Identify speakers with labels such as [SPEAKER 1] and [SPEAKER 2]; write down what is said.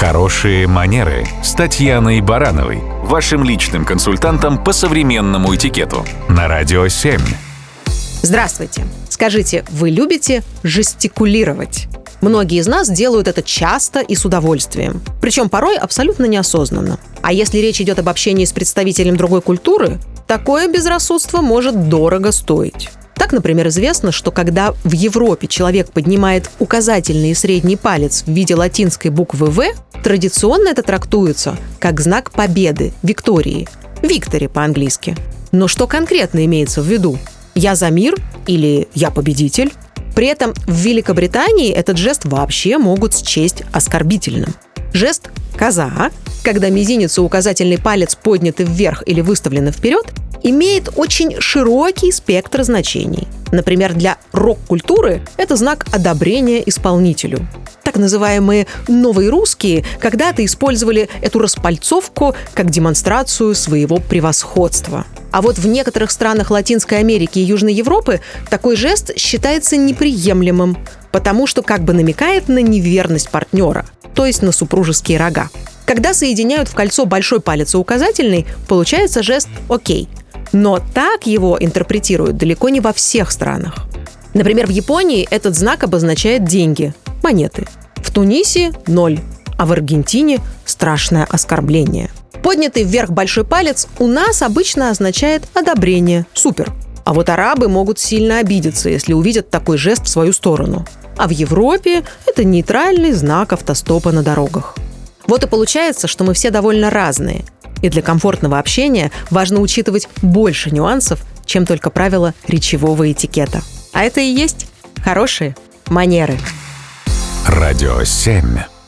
[SPEAKER 1] Хорошие манеры с Татьяной Барановой, вашим личным консультантом по современному этикету на Радио 7.
[SPEAKER 2] Здравствуйте. Скажите, вы любите жестикулировать? Многие из нас делают это часто и с удовольствием. Причем порой абсолютно неосознанно. А если речь идет об общении с представителем другой культуры, такое безрассудство может дорого стоить. Так, например, известно, что когда в Европе человек поднимает указательный и средний палец в виде латинской буквы «В», традиционно это трактуется как знак победы, виктории, «victory» по-английски. Но что конкретно имеется в виду? «Я за мир» или «я победитель»? При этом в Великобритании этот жест вообще могут счесть оскорбительным. Жест «коза», когда мизинец и указательный палец подняты вверх или выставлены вперед, имеет очень широкий спектр значений. Например, для рок-культуры это знак одобрения исполнителю. Так называемые «новые русские» когда-то использовали эту распальцовку как демонстрацию своего превосходства. А вот в некоторых странах Латинской Америки и Южной Европы такой жест считается неприемлемым, потому что как бы намекает на неверность партнера, то есть на супружеские рога. Когда соединяют в кольцо большой палец и указательный, получается жест «окей». Но так его интерпретируют далеко не во всех странах. Например, в Японии этот знак обозначает деньги, монеты. В Тунисе – 0, а в Аргентине – страшное оскорбление. Поднятый вверх большой палец у нас обычно означает одобрение, супер. А вот арабы могут сильно обидеться, если увидят такой жест в свою сторону. А в Европе это нейтральный знак автостопа на дорогах. Вот и получается, что мы все довольно разные. И для комфортного общения важно учитывать больше нюансов, чем только правила речевого этикета. А это и есть хорошие манеры.
[SPEAKER 1] Радио 7.